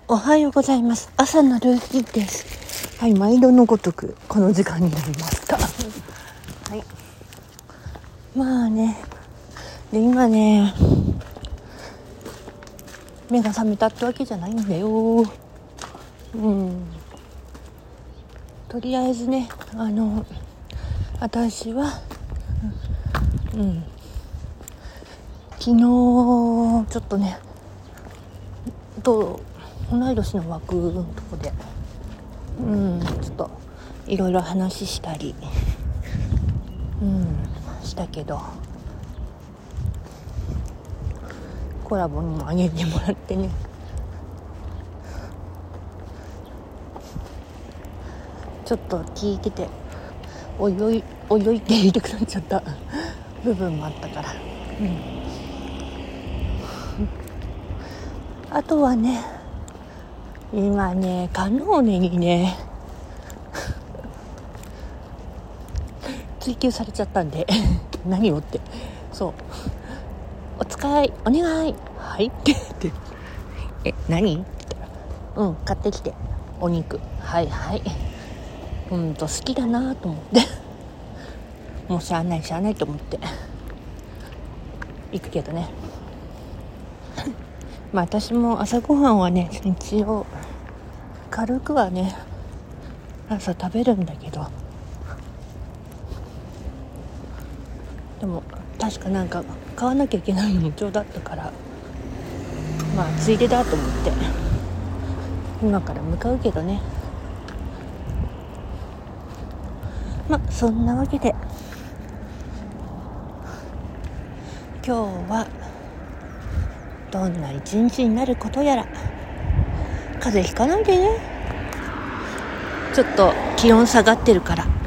おはようございます。朝のルーティンです。はい、毎度のごとくこの時間になりましたはい、まあね、で今ね、目が覚めたってわけじゃないんだよ。とりあえずね、私は昨日ちょっとね同い年の枠のとこでちょっといろいろ話したりしたけど、コラボにもあげてもらってね、ちょっと聞いてておいおいって言いたくなっちゃった部分もあったから、あとはね、今ねカノーネにね追求されちゃったんで何をって、そう、お使いお願いはいって言って何って言ったら、買ってきてお肉、はい好きだなと思ってもうしゃあないと思って行くけどねまあ私も朝ごはんはね一応軽くはね朝食べるんだけど、でも確かなんか買わなきゃいけないのもちょうどあったから、まあついでだと思って今から向かうけどね。まあそんなわけで今日はどんな一日になることやら、風邪ひかないでね。ちょっと気温下がってるから